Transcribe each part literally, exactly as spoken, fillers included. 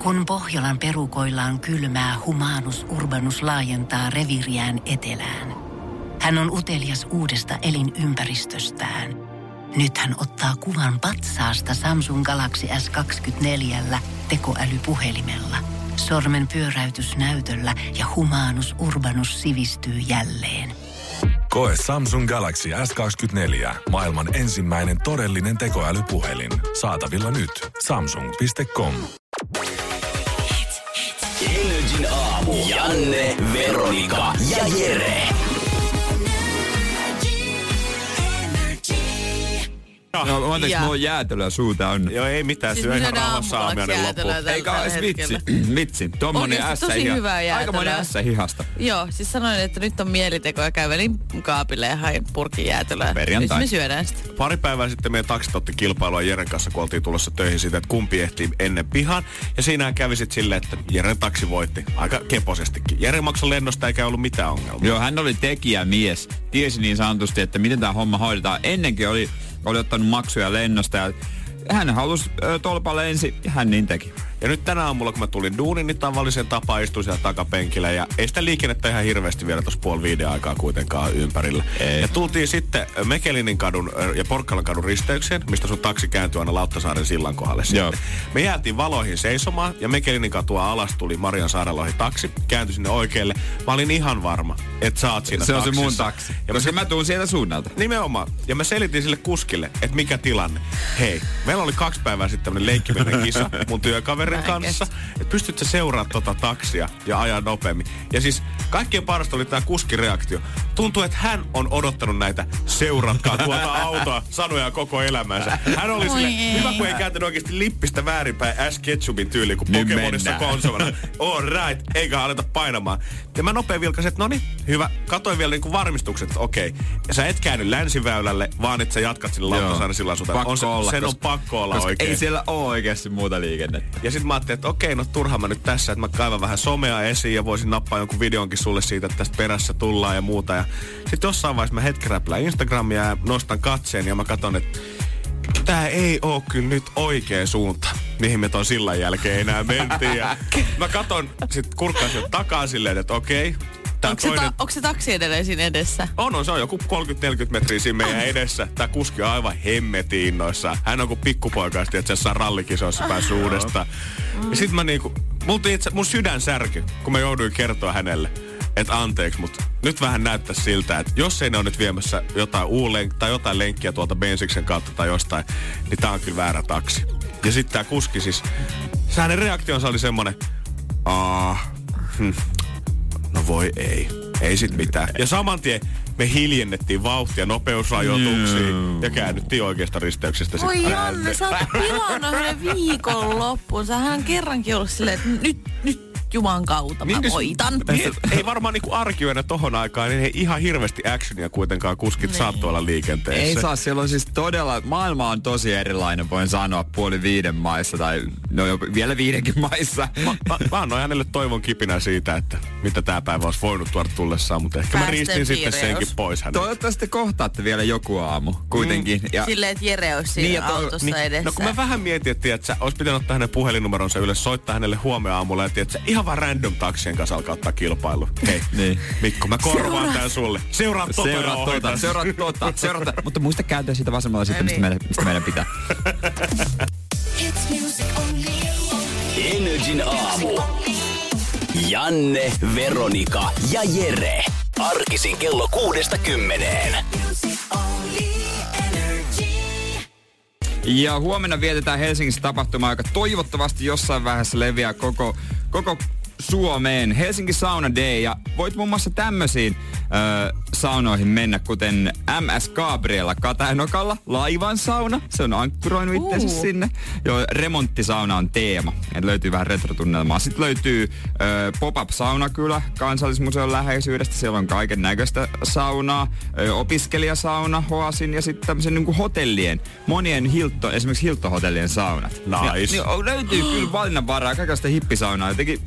Kun Pohjolan perukoillaan kylmää, Humanus Urbanus laajentaa reviiriään etelään. Hän on utelias uudesta elinympäristöstään. Nyt hän ottaa kuvan patsaasta Samsung Galaxy S kaksikymmentäneljä tekoälypuhelimella. Sormen pyöräytys näytöllä ja Humanus Urbanus sivistyy jälleen. Koe Samsung Galaxy S kaksikymmentäneljä. Maailman ensimmäinen todellinen tekoälypuhelin. Saatavilla nyt. Samsung piste com. Energin aamu. Janne, Veronika ja Jere. No, anteeksi, mulla on jäätelöä suu täynnä. Joo, ei mitään, siis syö ihan rauhassa aamiainen loppuun. Eikä edes vitsi. Vitsi, tommonen ässä tosi hiha. hyvää jäätelöä. Aikamoinen ässä hihasta. Joo, siis sanoin, että nyt on mieliteko ja kävelin kaapille ja hain purkin jäätelöä. Perjantai. Nyt me syödään sitä. Pari päivää sitten meidän taksit otti kilpailua Jeren kanssa, kun oltiin tulossa töihin siitä, että kumpi ehtii ennen pihan. Ja siinähän kävi sit silleen, että Jeren taksi voitti. Aika keposestikin. Jere maksoi lennosta eikä ollut mitään ongelmaa. Joo, hän oli tekijämies. Tiesi niin sanotusti, että miten tää homma hoidetaan. Ennenkin oli, oli ottanut maksuja lennosta ja hän halusi ö, tolpalle ensin ja hän niin teki. Ja nyt tänä aamulla, kun mä tulin duunin, niin tavallisen tapa istuin siellä takapenkillä. Ja ei sitä liikennettä ihan hirveästi vielä tuossa puoli viiden aikaa kuitenkaan ympärillä. Ei. Ja tultiin sitten Mekelinin kadun ja Porkkalan kadun risteykseen, mistä sun taksi kääntyi aina Lauttasaaren sillan kohdalle sitten. Me jäätiin valoihin seisomaan ja Mekelinin katua alas tuli Marian Saaralohi taksi. Kääntyi sinne oikealle. Mä olin ihan varma, että sä oot siinä se taksissa. on se mun taksi. Ja koska mä tuun sieltä suunnalta. Nimenomaan. Ja mä selitin sille kuskille, että mikä tilanne. Hei, meillä oli kaksi päivää sitten tämmönen leikkimielinen kisa mun työkaverin kanssa, että pystyt sä seuraamaan tota taksia ja ajaa nopeammin. Ja siis kaikkien parasta oli tää kuskireaktio. Tuntuu, että hän on odottanut näitä seuratkaa tuota autoa sanoja koko elämänsä. Hän oli sille, hyvä kun ei kääntänyt oikeasti lippistä väärinpäin Ash Ketchupin tyyliin, kun Nyt Pokemonissa mennään. konsolina. All right, eikä aleta painamaan. Ja mä nopea vilkasin, että no niin, hyvä. Katoin vielä niinku varmistukset, että okei. Ja sä et käänny länsiväylälle, vaan että sä jatkat sille Lauttasaaren sillan suuntaan. On se, olla, sen koska, on pakko olla koska oikein. ei siellä ole oikeasti muuta liikennettä. Ja sit mä ajattelin, että okei, no turha mä nyt tässä, että mä kaivan vähän somea esiin ja voisin nappaa jonkun videonkin sulle siitä, että tästä perässä tullaan ja muuta. Ja sit jossain vaiheessa mä hetken räplään Instagramia ja nostan katseen ja mä katson, että tää ei oo kyllä nyt oikea suunta, mihin me ton sillan jälkeen enää mentiin. Ja mä katon, sit kurkkasin jo takaa silleen, että okei. Onko se, ta- onko se taksi edelleen siinä edessä? On, on. Se on joku kolmekymmentä neljäkymmentä metriä siinä meidän edessä. Tää kuski on aivan hemmetin innoissaan. Hän on kuin pikkupoika, että se jossain rallikisoissa pääsi uudestaan. Ja sit mä niinku, itse, mun sydän särky, kun mä jouduin kertoa hänelle, että anteeksi, mutta nyt vähän näyttää siltä, että jos ei ne ole nyt viemässä jotain uulenk- tai jotain lenkkiä tuolta Bensiksen kautta tai jostain, niin tää on kyllä väärä taksi. Ja sitten tää kuski siis, se hänen reaktionsa oli semmonen, aah, hm. No voi ei. Ei sit mitään. Ja saman tien me hiljennettiin vauhtia nopeusrajoituksiin ja käännyttiin oikeasta risteyksestä. Oi Janne, sä oot pilannut hänen viikonloppuunsa. Hän on kerrankin ollut silleen, että nyt, nyt Juman kautta mä voitan. Niin, ei varmaan niinku arkiyönä tohon aikaan, niin ei ihan hirveästi actionia kuitenkaan kuskit niin saa tuolla liikenteessä. Ei saa, siellä on siis todella, maailma on tosi erilainen, voin sanoa, puoli viiden maissa tai no vielä viidenkin maissa. Mä, mä, mä annoin hänelle toivon kipinä siitä, että mitä tää päivä olisi voinut tuoda tullessaan, mutta ehkä Päästen mä riistin viireus. sitten senkin pois hänelle. Toivottavasti kohtaatte vielä joku aamu kuitenkin. Mm. Ja silleen, että Jere olisi siinä niin, to, autossa niin, edessä. No kun mä vähän mietin, että sä olisi pitänyt ottaa hänen puhelinnumeronsa ylös, soittaa hänelle huomenna aamulla ja tiedät, ihan vaan random taksien kanssa alkaa ottaa kilpailu. Hei, niin. Mikko, mä korvaan Seuraat. tän sulle. Seuraa tota Seuraa ja tota, seuraa tota, seuraa tota. Mutta muista kääntyä siitä vasemmalla sitten, mistä, meidän, mistä meidän pitää. Energin aamu. Janne, Veronika ja Jere. Arkisin kello kuudesta kymmeneen. Ja huomenna vietetään Helsingissä tapahtuma, joka toivottavasti jossain vaiheessa leviää koko, koko Suomeen. Helsinki Sauna Day, ja voit muun muassa tämmöisiin ö, saunoihin mennä, kuten M S Gabriela Katajanokalla, laivan sauna. Se on ankkuroinut itsensä uh. sinne. Joo, remonttisauna on teema. Et löytyy vähän retrotunnelmaa. Sitten löytyy ö, Pop-up Saunakylä Kansallismuseon läheisyydestä. Siellä on kaiken näköistä saunaa. Ö, opiskelijasauna, Hoasin ja sitten tämmöisen niin kuin hotellien, monien Hilto, esimerkiksi Hilto-hotellien saunat. Nice. Ja, niin, löytyy kyllä valinnanvaraa, kaikenlaista hippisaunaa. Jotenkin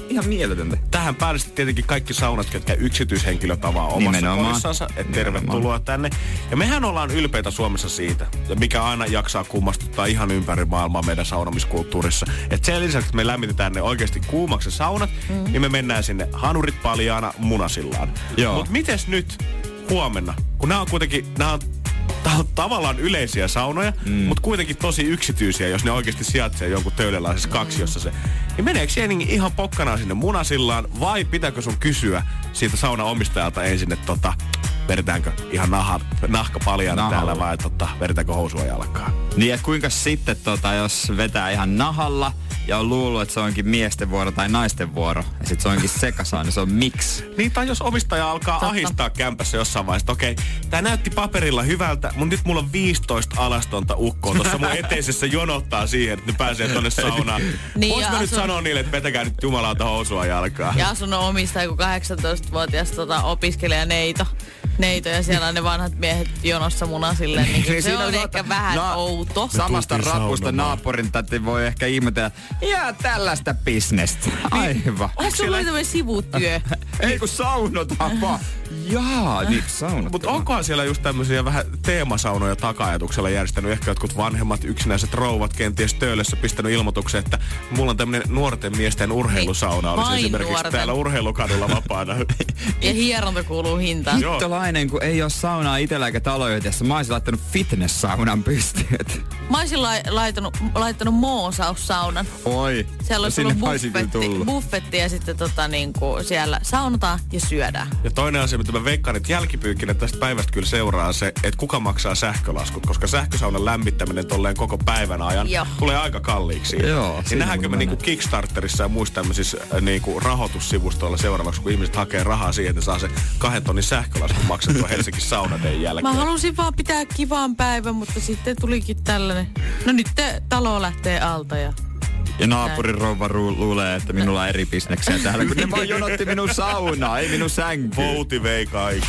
ihan mieletöntä. Tähän päälle tietenkin kaikki saunat, ketkä yksityishenkilöt avaa omassa kodissansa, että tervetuloa tänne. Ja mehän ollaan ylpeitä Suomessa siitä, ja mikä aina jaksaa kummastuttaa ihan ympäri maailmaa meidän saunamiskulttuurissa. Että sen lisäksi, että me lämmitetään ne oikeasti kuumaksi saunat, mm. niin me mennään sinne hanurit paljaana munasillaan. Mutta mites nyt huomenna, kun nämä on kuitenkin, nämä on Tämä on tavallaan yleisiä saunoja, mm. mutta kuitenkin tosi yksityisiä, jos ne oikeasti sijaitsee jonkun töydönlaisessa kaksiossa se. Niin meneekö jengi ihan pokkanaan sinne munasillaan vai pitääkö sun kysyä siitä saunaomistajalta ensin, että tota, vedetäänkö ihan naha, nahka paljana nahalla täällä vai tota, vedetäänkö housua jalkaan? Niin ja kuinka sitten tota, jos vetää ihan nahalla ja on luullut, että se onkin miesten vuoro tai naisten vuoro ja sit se onkin sekasaa, niin se on miksi? Niin tai jos omistaja alkaa Totta. ahistaa kämpässä jossain vaiheessa, okei, okay, tää näytti paperilla hyvältä, mutta nyt mulla on viisitoista alastonta ukkoa tuossa mun eteisessä jonottaa siihen, että ne pääsee tonne saunaan. Niin Vois mä asun... nyt sanoa niille, että vetäkää nyt jumalauta housua jalkaan. Ja asunnon omistaja joku kahdeksantoistavuotias tota, opiskelija Neito. Neito ja siellä on ne vanhat miehet jonossa munasille, niin se, se on saata, ehkä vähän na- outo. Samasta rapusta naapurin täti voi ehkä ihmetellä, jää tällaista bisnestä. Aivan. Onko sulla tämmöinen sivutyö? Ei kun saunotaan vaan. Jaa, niin saunotaan. Mutta onkohan siellä just tämmöisiä vähän teemasaunoja taka-ajatuksella järjestänyt ehkä jotkut vanhemmat yksinäiset rouvat kenties töölössä pistänyt ilmoituksen, että mulla on tämmöinen nuorten miesten urheilusauna olisi Vain esimerkiksi nuorten. Täällä urheilukadulla vapaana. Ja hieronta kuuluu hintaan. Hittolainen, kun ei ole saunaa itsellä eikä taloyhtiössä. Mä oisin laittanut fitness-saunan pystyyn. Mä oisin la- laittanut, laittanut moosaussaunan. Oi. Siellä olisi ollut buffetti, buffetti ja sitten tota, niinku, siellä saunotaan ja syödään. Ja toinen asia, mitä mä veikkaan, että jälkipyykkinä tästä päivästä kyllä seuraa se, että kuka maksaa sähkölaskut, koska sähkösaunan lämmittäminen tolleen koko päivän ajan Joo. tulee aika kalliiksi. Joo. Niin nähdäänkö me niinku Kickstarterissa ja muissa tämmöisissä niinku rahoitussivustoilla seuraavaksi, kun ihmiset hakee rahaa siihen, että saa se kahden tonnin sähkölaskun maksettua Helsingin saunateen jälkeen. Mä halusin vaan pitää kivaan päivän, mutta sitten tulikin tällainen. No nyt te, talo lähtee alta ja... Ja naapurin rouva ru- luulee, että minulla on eri bisneksiä täällä, kun ne vaan jonotti minun saunaa, ei minun sänkyä. Vouti vei kaikki.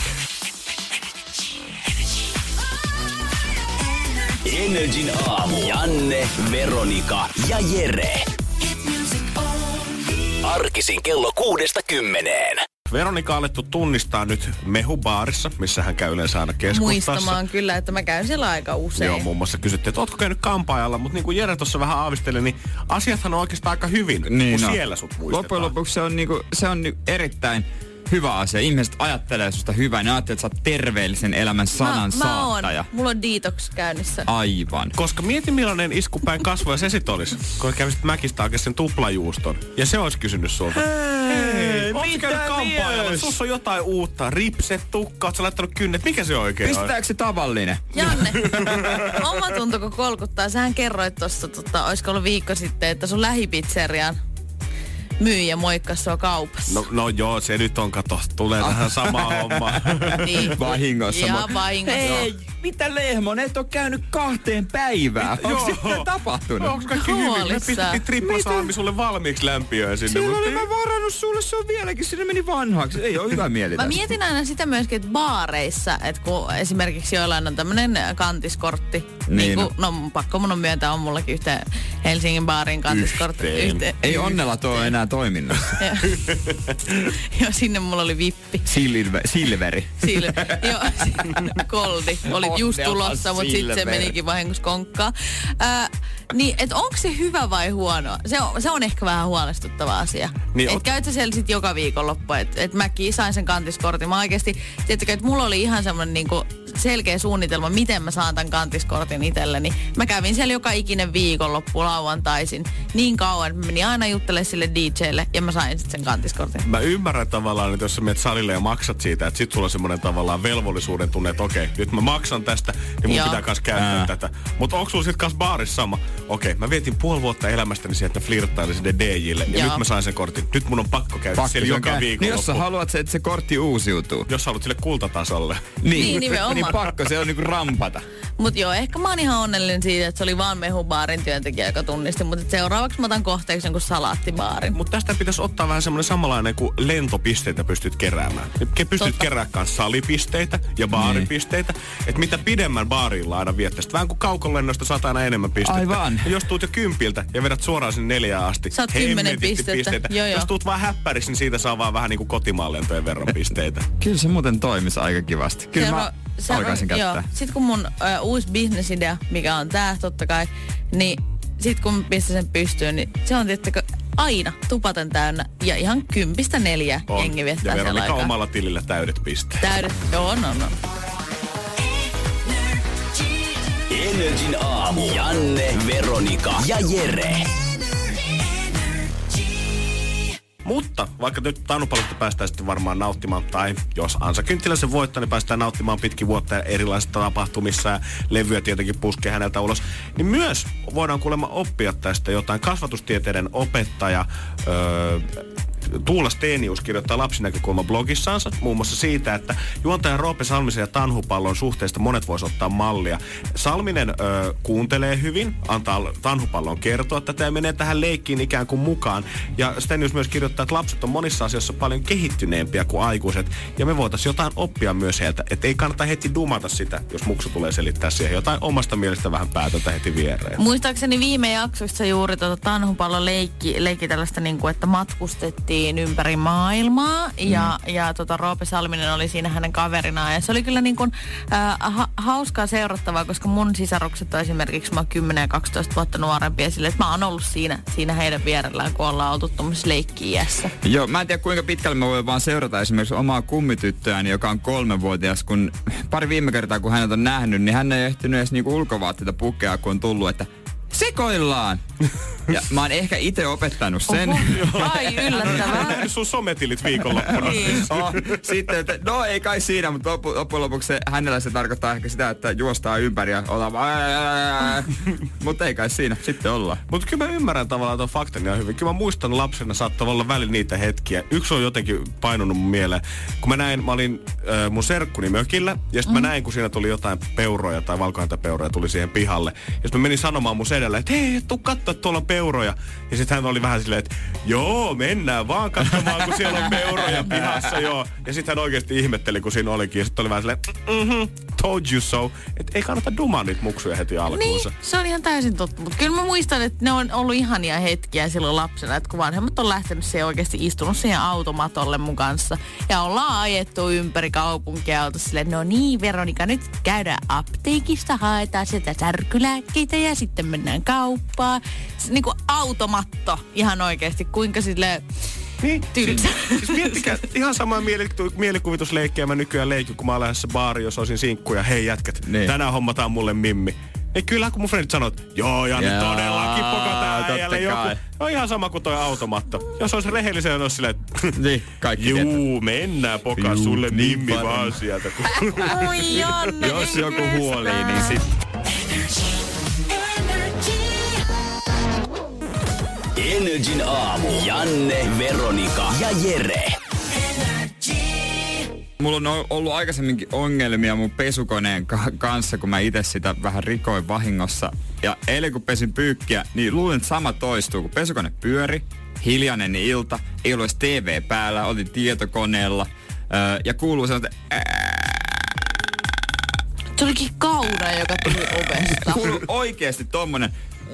Energin aamu. Janne, Veronika ja Jere. Arkisin kello kuudesta kymmeneen. Veronika on alettu tunnistaa nyt mehubaarissa, missä hän käy yleensä aina keskustassa. Muistamaan kyllä, että mä käyn siellä aika usein. Joo, muun muassa kysyttiin, että ootko käynyt kampaajalla, mutta niin kuin Jere tuossa vähän aavisteli, niin asiathan on oikeastaan aika hyvin, niin kun no. siellä sut muistetaan. Loppujen lopuksi se on, niinku, se on niinku erittäin hyvä asia. Ihmiset ajattelee susta hyvää, ne ajattelee, että sä oot terveellisen elämän sanan mä, mä saattaja. Oon. Mulla on detox käynnissä. Aivan. Koska mieti millainen iskupäin kasvoja se sit olisi, kun kävisit mäkistä oikein sen tuplajuuston. Ja se olisi kysynyt sulta. Hei, mitä kampaajalla? Sussa on jotain uutta. Ripset, tukka, oot sä laittanut kynnet. Mikä se oikein on? Pistääkö se tavallinen? Janne, omatunto kolkuttaa. Sähän kerroit tossa, tota, olisiko ollut viikko sitten, että sun lähipizzerian myyjä moikkas sua kaupassa. No, no joo, se nyt on, kato, tulee tähän samaan hommaan. Niin. Vahingossa. Joo, vahingossa. Hei, mitä Lehmon, et oo käynyt kahteen päivään. Onko sitten tapahtunut? Onko kaikki hyvin? Me pistettiin trippasalmi sulle valmiiksi lämpiöön sinne. Siellä oli mä varannut sulle, se on vieläkin, sinne meni vanhaksi. Ei oo hyvä mieli Mä mietin aina sitä myöskin, että baareissa, että kun esimerkiksi joillain on tämmönen kantiskortti. Niin, niin kun, no pakko mun on myöntää, on mullakin yhteen Helsingin baarin kantiskortti. Yhteen. Yhteen. Ei onnella tuo enää toiminnassa. Joo, sinne mulla oli vippi. Silver, silveri. Silveri. Joo, koldi. Oli just tulossa, mutta sitten se menikin vahingossa konkkaan. Äh, niin, että onko se hyvä vai huono? Se on, se on ehkä vähän huolestuttava asia. Niin, että ot... käyt sä siellä sitten joka viikonloppu, että et mäkin sain sen kantiskortin. Mä oikeasti, tiedätkö, että mulla oli ihan semmoinen niinku selkeä suunnitelma, miten mä saan tämän kantiskortin itselleni. Mä kävin siellä joka ikinen viikonloppu lauantaisin niin kauan, että mä menin aina juttelemaan sille D J:lle ja mä sain sitten sen kantiskortin. Mä ymmärrän tavallaan, että jos sä menet salille ja maksat siitä, että sit sulla on semmoinen tavallaan velvollisuuden tunne, että okei, nyt mä maksan tästä, niin mun Joo. pitää kans käyttää Ää. tätä. Mutta onko sulla sit kans baarissa sama? Okei, mä vietin puoli vuotta elämästäni siihen, että mä flirttailin sinne D J:lle ja Joo. nyt mä sain sen kortin. Nyt mun on pakko käydä pakko siellä joka viikonloppu. Niin jos sä haluat, että se kortti uusiutuu. Jos sä haluat sille kultatasolle. Niin, niin nimenomaan. pakko, se on niinku rampata. Mut joo, ehkä mä oon ihan onnellinen siitä, että se oli vaan mehubaarin työntekijä, joka tunnisti. Mutta seuraavaksi mä otan kohteeksi jonkun salaattibaarin. Mutta tästä pitäisi ottaa vähän semmoinen samanlainen kuin lentopisteitä pystyt keräämään. Pystyt Totta. keräämään kanssa salipisteitä ja baaripisteitä. Niin. Että mitä pidemmän baarilla aina viettäisit. Vähän kuin kaukolennosta saat aina enemmän pistettä. Aivan. Ja jos tuut jo kympiltä ja vedät suoraan sinne neljään asti. Saat kymmenen pistettä. pisteitä. Joo, jos tuut vaan häppäriksi, niin siitä saa vaan vähän niin kuin kotimaanlentojen verran pisteitä. Kyllä se muuten toimisi aika kivasti. Kyllä Sero, mä alkaisin käyttää. Sitten kun mun ö, uusi bisnesidea, mikä on tää totta kai, niin sit kun pistän sen pystyyn, niin se on tiettäkö aina tupaten täynnä ja ihan kympistä neljä on. jengi viettää siellä aikaa. Ja Veronika omalla tilillä täydet pisteet. Täydet, joo, on, on, on. Energin aamu. Janne, Veronika ja Jere. Mutta vaikka nyt Tannupalosta päästään sitten varmaan nauttimaan, tai jos Ansa Kynttilä sen voittaa, niin päästään nauttimaan pitkin vuotta ja erilaisissa tapahtumissa ja levyä tietenkin puskee häneltä ulos, niin myös voidaan kuulemma oppia tästä jotain. Kasvatustieteiden opettaja öö, Tuula Stenius kirjoittaa lapsinäkökulma blogissaansa muun muassa siitä, että juontaja Roope Salmisen ja Tanhupallon suhteesta monet vois ottaa mallia. Salminen ö, kuuntelee hyvin, antaa Tanhupallon kertoa tätä ja menee tähän leikkiin ikään kuin mukaan. Ja Stenius myös kirjoittaa, että lapset on monissa asioissa paljon kehittyneempiä kuin aikuiset. Ja me voitaisiin jotain oppia myös heiltä, että ei kannata heti dumata sitä, jos muksu tulee selittää siihen jotain omasta mielestä vähän päätöntä heti viereen. Muistaakseni viime jaksossa juuri tuota Tanhupallon leikki, leikki tällaista niin kuin, että matkustettiin ympäri maailmaa ja, mm. ja tota, Roope Salminen oli siinä hänen kaverinaan ja se oli kyllä niin kuin, äh, ha- hauskaa seurattavaa, koska mun sisarukset on esimerkiksi mä kymmenen ja kaksitoista vuotta nuorempia sille, että mä oon ollut siinä, siinä heidän vierellään, kun ollaan oltu tuommoisessa leikki-iässä. Joo, mä en tiedä kuinka pitkälle mä voin vaan seurata esimerkiksi omaa kummityttöäni, joka on kolmevuotias, kun pari viime kertaa kun hänet on nähnyt, niin hän ei ehtinyt edes niinku ulkovaatteita pukea, kun on tullut, että sekoillaan! Ja mä oon ehkä itse opettanut sen. Oho, ai yllättävää. Mä oon sun sometilit viikonloppuna. Niin. Oh, sitten, että no ei kai siinä, mutta loppu, loppujen lopuksi se, hänellä se tarkoittaa ehkä sitä, että juostaan ympäri ja ollaan vaan. Mutta ei kai siinä, sitten ollaan. Mutta kyllä mä ymmärrän tavallaan tuon faktan ihan hyvin. Kyllä mä muistan lapsena saattaa olla välillä niitä hetkiä. Yksi on jotenkin painunut mun mieleen. Kun mä näin, mä olin äh, mun serkkuni mökillä ja sitten mm. mä näin, kun siinä tuli jotain peuroja tai valkohäntäpeuroja tuli siihen pihalle. Ja sitten mä menin sanomaan mun sedälle, että hei, tuu katsoa, että tuolla on peuroja. Ja sitten hän oli vähän silleen, että joo, mennään vaan katsomaan, kun siellä on peuroja pihassa, joo. Ja sitten hän oikeasti ihmetteli, kun siinä olikin. Ja sitten oli vähän silleen, mm-hmm, told you so. Että ei kannata dumaa niitä muksuja heti alkuunsa. Niin, se on ihan täysin totta. Mutta kyllä mä muistan, että ne on ollut ihania hetkiä silloin lapsena. Että kun vanhemmat on lähtenyt siihen oikeasti istunut siihen automatolle mun kanssa. Ja ollaan ajettu ympäri kaupunkia autossa silleen, no niin Veronika, nyt käydään apteekista, haetaan sieltä särkylääkkeitä ja sitten mennään kauppaan. Niin kuin automatto ihan oikeasti, kuinka sille niin, tylsä. Siis, siis miettikää, ihan samaa mielikuvitusleikkiä mä nykyään leikin, kun mä olen lähdössä baariin, jos olisin sinkkuja. Hei jätkät, niin. Tänään hommataan mulle mimmi. Ei kyllä, kun mun frendit sanoo, että joo, Janne, yeah, todellakin pokataan äijälle joku. No ihan sama kuin toi automatto. Jos olisi rehellisen, niin olisi silleen, että niin, kaikki juu, tietää. Mennään pokaa juu, sulle niin mimmi paljon. Vaan sieltä. Oi Janne, jos joku huolii, niin sit. Energin aamu. Janne, Veronika ja Jere. Mulla on ollut aikaisemminkin ongelmia mun pesukoneen ka- kanssa, kun mä itse sitä vähän rikoin vahingossa. Ja eilen kun pesin pyykkiä, niin luulen, että sama toistuu, kun pesukone pyöri, hiljainen ilta, ei ollut edes T V päällä, olin tietokoneella öö, ja kuuluu sellainen, se olikin kauna, joka tuli ovesta. Kuuluu oikeesti tommonen.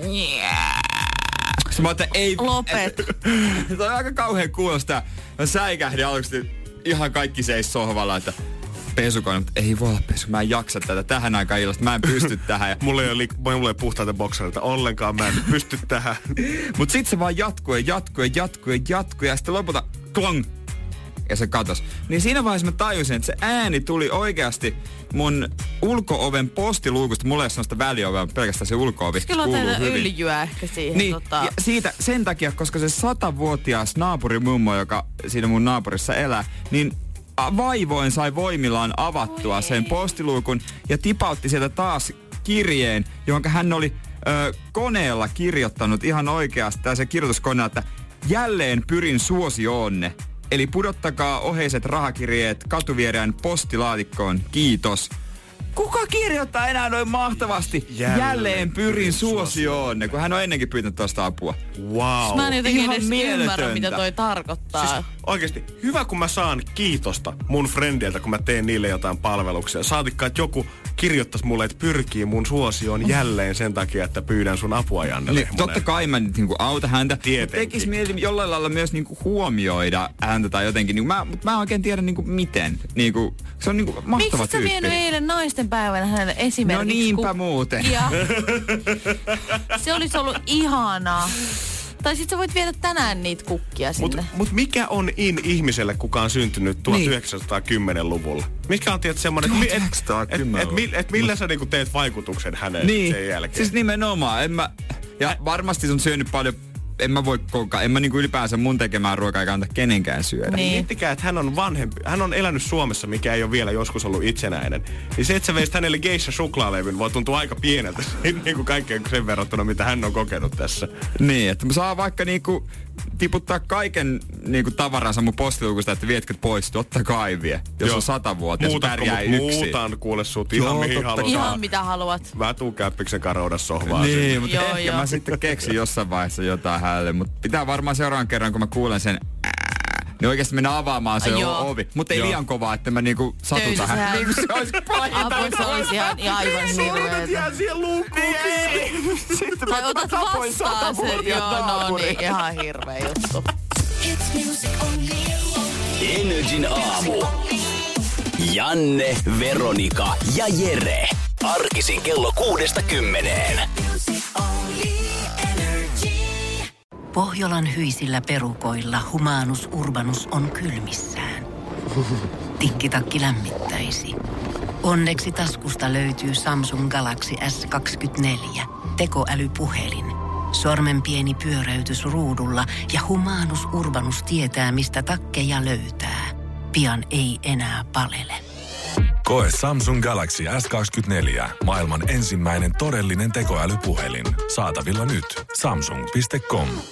Mä ajattelin, ei... Lopet. Se on aika kauhean kuulostaa. Mä säikähdin aluksi ihan kaikki seis sohvalla, että pesukone, mutta ei voi olla pesu. Mä en jaksa tätä tähän aikaan illasta. Mä en pysty tähän. Ja... mulla, ei ole, mulla ei puhtaita boksereita ollenkaan. Mä en pysty tähän. Mut sit se vaan jatkuu ja jatkuu ja jatkuu ja jatkuu. Ja sitten lopulta klong. Ja se katos. Niin siinä vaiheessa mä tajusin, että se ääni tuli oikeasti mun ulko-oven postiluukusta. Mulla ei ole sellaista väliovea, pelkästään se ulko-ovi kuuluu hyvin. Kyllä on teillä öljyä ehkä siihen. Niin, tota... ja siitä sen takia, koska se satavuotias naapurimummo, joka siinä mun naapurissa elää, niin vaivoin sai voimillaan avattua Oi. sen postiluukun ja tipautti sieltä taas kirjeen, jonka hän oli ö, koneella kirjoittanut ihan oikeasti. Tää se kirjoituskone, että jälleen pyrin suosioonne. Eli pudottakaa oheiset rahakirjeet katuviereen postilaatikkoon. Kiitos. kuka kirjoittaa enää noin mahtavasti? Jälleen, Jälleen pyrin suosioonne, kun hän on ennenkin pyytänyt tuosta apua. Wow. Mä en jotenkin edes ymmärrä, mitä toi tarkoittaa. Siis oikeesti, hyvä kun mä saan kiitosta mun frendeiltä, kun mä teen niille jotain palveluksia. Saatikkaan, että joku kirjoittaisi mulle, että pyrkii mun suosioon jälleen sen takia, että pyydän sun apua, Janne Lehmonen. Totta kai mä nyt niinku auta häntä. Tietenkin. Tekis mieli jollain lailla myös niinku huomioida häntä tai jotenkin. Niinku mä, mutta mä en oikein tiedä niinku miten. Niinku, se on niinku mahtava Miksi tyyppi. Miksi sä vienyt eilen naisten päivänä hänelle esimerkiksi? No niinpä kun... muuten. Ja... se olisi ollut ihanaa. Tai sit sä voit viedä tänään niitä kukkia sinne. Mut, mut mikä on in ihmiselle, kuka on syntynyt tuhatyhdeksänsataakymmenluvulla? Mikä on tietysti semmoinen, että et, et, et, et millä sä niinku teet vaikutuksen häneen niin. sen jälkeen? Siis nimenomaan. En mä, ja varmasti sun syönyt paljon. En mä voi koko, en mä niinku ylipäänsä mun tekemään ruokaa eikä anta kenenkään syödä. Niin. Miettikää, että hän on vanhempi. Hän on elänyt Suomessa, mikä ei ole vielä joskus ollut itsenäinen. Niin se, että sä veisit hänelle geisha suklaalevyn, voi tuntua aika pieneltä niin kuin kaikkeen sen verrattuna, mitä hän on kokenut tässä. Niin, että mä saan vaikka niinku tiputtaa kaiken niinku tavaransa mun postilukusta, että vietkö pois, totta kai vie. Jos Joo. on satavuotias, pärjää yksin. Muutan kuule sut ihan Joo, mihin halutaan. Ihan mitä haluat. Mä tuun käppiksen karouda sohvaan. Niin, mutta ehkä jo. Mä sitten keksin jossain vaiheessa jotain hänelle. Mutta pitää varmaan seuraavan kerran, kun mä kuulen sen ää, niin oikeesti mennä avaamaan se Joo. ovi. Mutta ei Joo. liian kovaa, että mä niinku satutan hän. Niin kuin se olisi pahinta. Apua, se olisi ihan aivan hirveetä. Jää siihen luukkuun kiinni. Sitten tai otat vastaan sen. Joo, no niin, ihan hirveä juttu. Energin aamu. Janne, Veronika ja Jere. Arkisin kello kuudesta kymmeneen. Pohjolan hyisillä perukoilla Humanus Urbanus on kylmissään. Tikkitakki lämmittäisi. Onneksi taskusta löytyy Samsung Galaxy S kaksikymmentäneljä. Tekoälypuhelin. Sormen pieni pyöräytys ruudulla ja Humanus Urbanus tietää, mistä takkeja löytää. Pian ei enää palele. Koe Samsung Galaxy S kaksikymmentäneljä. Maailman ensimmäinen todellinen tekoälypuhelin. Saatavilla nyt. Samsung piste com.